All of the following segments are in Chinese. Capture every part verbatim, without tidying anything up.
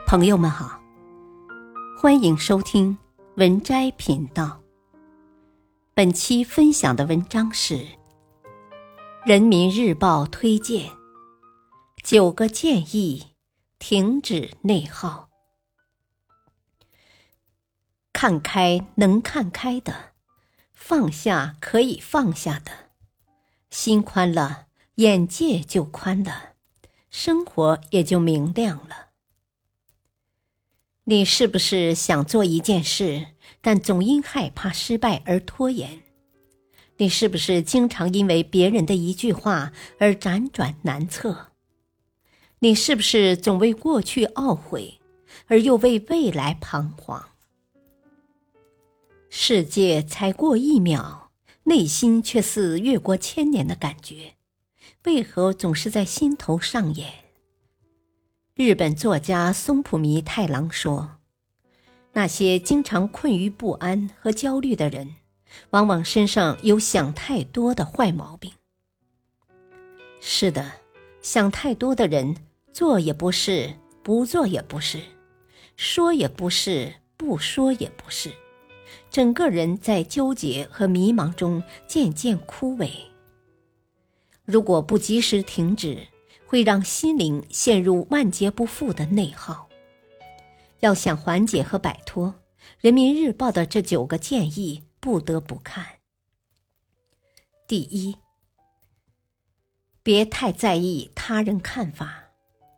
朋友们好，欢迎收听文摘频道。本期分享的文章是人民日报推荐九个建议停止内耗。看开能看开的，放下可以放下的，心宽了，眼界就宽了，生活也就明亮了。你是不是想做一件事，但总因害怕失败而拖延？你是不是经常因为别人的一句话而辗转难测？你是不是总为过去懊悔，而又为未来彷徨？世界才过一秒，内心却似越过千年的感觉，为何总是在心头上演？日本作家松浦弥太郎说，那些经常困于不安和焦虑的人，往往身上有想太多的坏毛病。是的，想太多的人，做也不是，不做也不是，说也不是，不说也不是，整个人在纠结和迷茫中渐渐枯萎。如果不及时停止，会让心灵陷入万劫不复的内耗。要想缓解和摆脱，人民日报的这九个建议不得不看。第一，别太在意他人看法。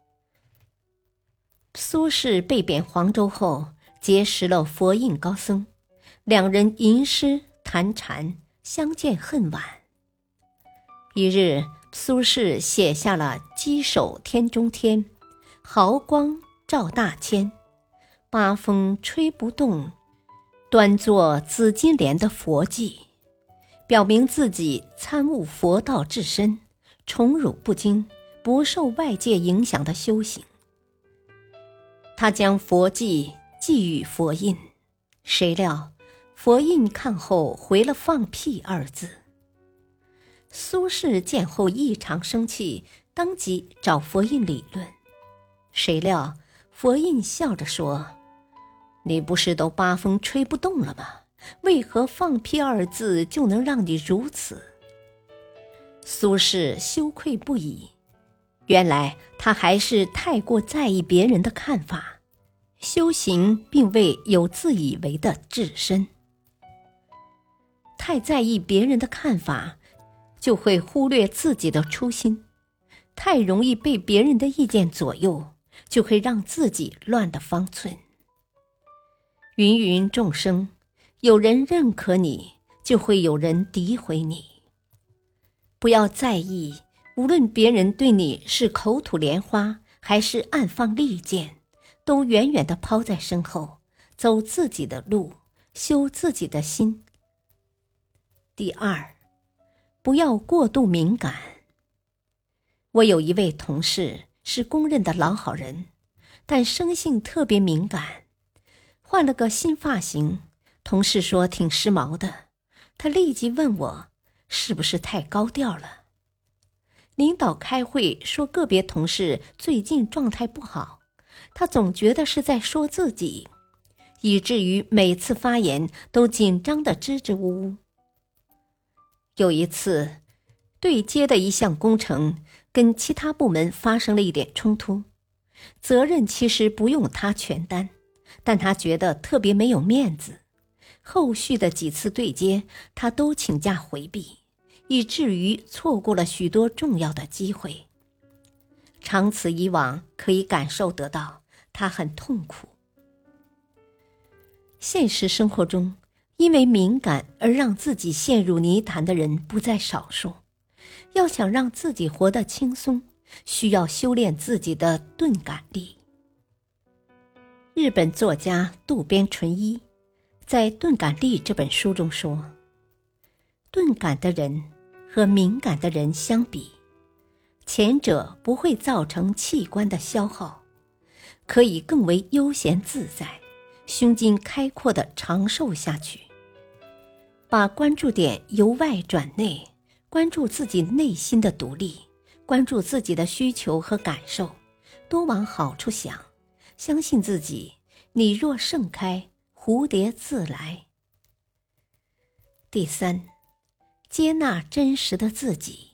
苏轼被贬黄州后，结识了佛印高僧，两人吟诗谈禅，相见恨晚。一日，苏轼写下了稽首天中天，毫光照大千，八风吹不动，端坐紫金莲的佛迹，表明自己参悟佛道至深，宠辱不惊，不受外界影响的修行。他将佛迹寄予佛印，谁料佛印看后回了放屁二字。苏轼见后异常生气，当即找佛印理论。谁料佛印笑着说，你不是都八风吹不动了吗？为何放屁二字就能让你如此？苏轼羞愧不已，原来他还是太过在意别人的看法，修行并未有自以为的至深。太在意别人的看法，就会忽略自己的初心，太容易被别人的意见左右，就会让自己乱了方寸。芸芸众生，有人认可你，就会有人诋毁你。不要在意，无论别人对你是口吐莲花，还是暗放利剑，都远远地抛在身后，走自己的路，修自己的心。第二，不要过度敏感。我有一位同事是公认的老好人，但生性特别敏感。换了个新发型，同事说挺时髦的，他立即问我是不是太高调了。领导开会说个别同事最近状态不好，他总觉得是在说自己，以至于每次发言都紧张得支支吾吾。有一次，对接的一项工程跟其他部门发生了一点冲突，责任其实不用他全担，但他觉得特别没有面子，后续的几次对接他都请假回避，以至于错过了许多重要的机会。长此以往，可以感受得到他很痛苦。现实生活中，因为敏感而让自己陷入泥潭的人不在少数。要想让自己活得轻松，需要修炼自己的钝感力。日本作家渡边淳一在《钝感力》这本书中说，钝感的人和敏感的人相比，前者不会造成器官的消耗，可以更为悠闲自在，胸襟开阔地长寿下去。把关注点由外转内，关注自己内心的独立，关注自己的需求和感受，多往好处想， 相信自己，你若盛开，蝴蝶自来。第三，接纳真实的自己。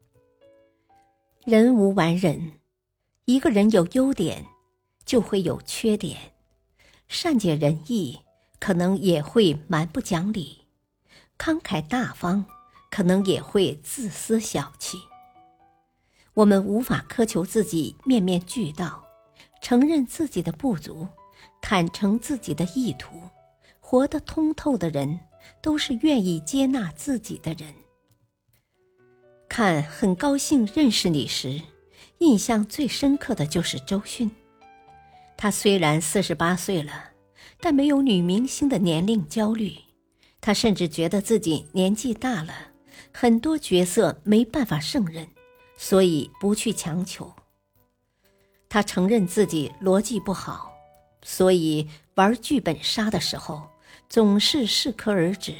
人无完人，一个人有优点，就会有缺点，善解人意，可能也会蛮不讲理，慷慨大方，可能也会自私小气。我们无法苛求自己面面俱到，承认自己的不足，坦诚自己的意图。活得通透的人，都是愿意接纳自己的人。看很高兴认识你时，印象最深刻的就是周迅。她虽然四十八岁了，但没有女明星的年龄焦虑。她甚至觉得自己年纪大了，很多角色没办法胜任，所以不去强求。她承认自己逻辑不好，所以玩剧本杀的时候总是适可而止。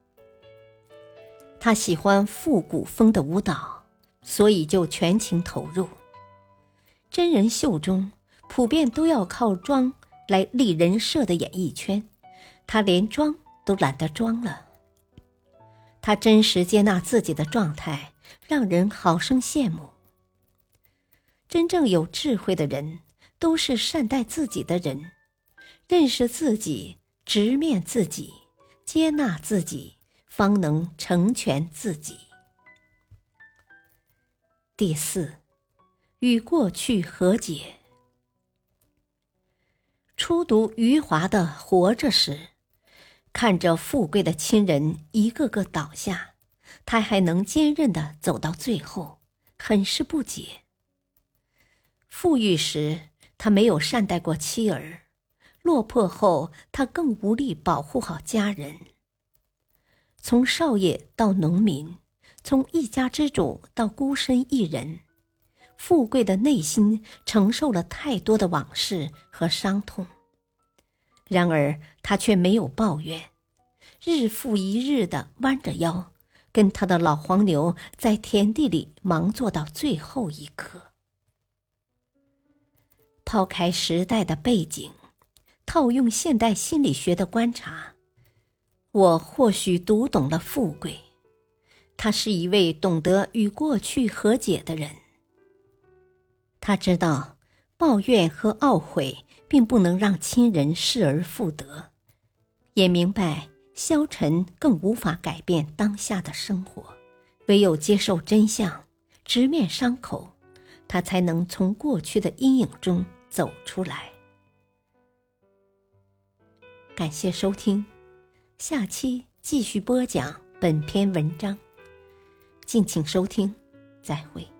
她喜欢复古风的舞蹈，所以就全情投入。真人秀中普遍都要靠装来立人设的演艺圈，她连装都懒得装了。她真实接纳自己的状态，让人好生羡慕。真正有智慧的人，都是善待自己的人，认识自己，直面自己，接纳自己，方能成全自己。第四，与过去和解。初读余华的《活着》时，看着富贵的亲人一个个倒下，他还能坚韧地走到最后，很是不解。富裕时，他没有善待过妻儿，落魄后，他更无力保护好家人。从少爷到农民，从一家之主到孤身一人，富贵的内心承受了太多的往事和伤痛。然而他却没有抱怨，日复一日地弯着腰，跟他的老黄牛在田地里忙做到最后一刻。抛开时代的背景，套用现代心理学的观察，我或许读懂了富贵。他是一位懂得与过去和解的人。他知道抱怨和懊悔并不能让亲人失而复得，也明白消沉更无法改变当下的生活，唯有接受真相，直面伤口，他才能从过去的阴影中走出来。感谢收听，下期继续播讲本篇文章，敬请收听，再会。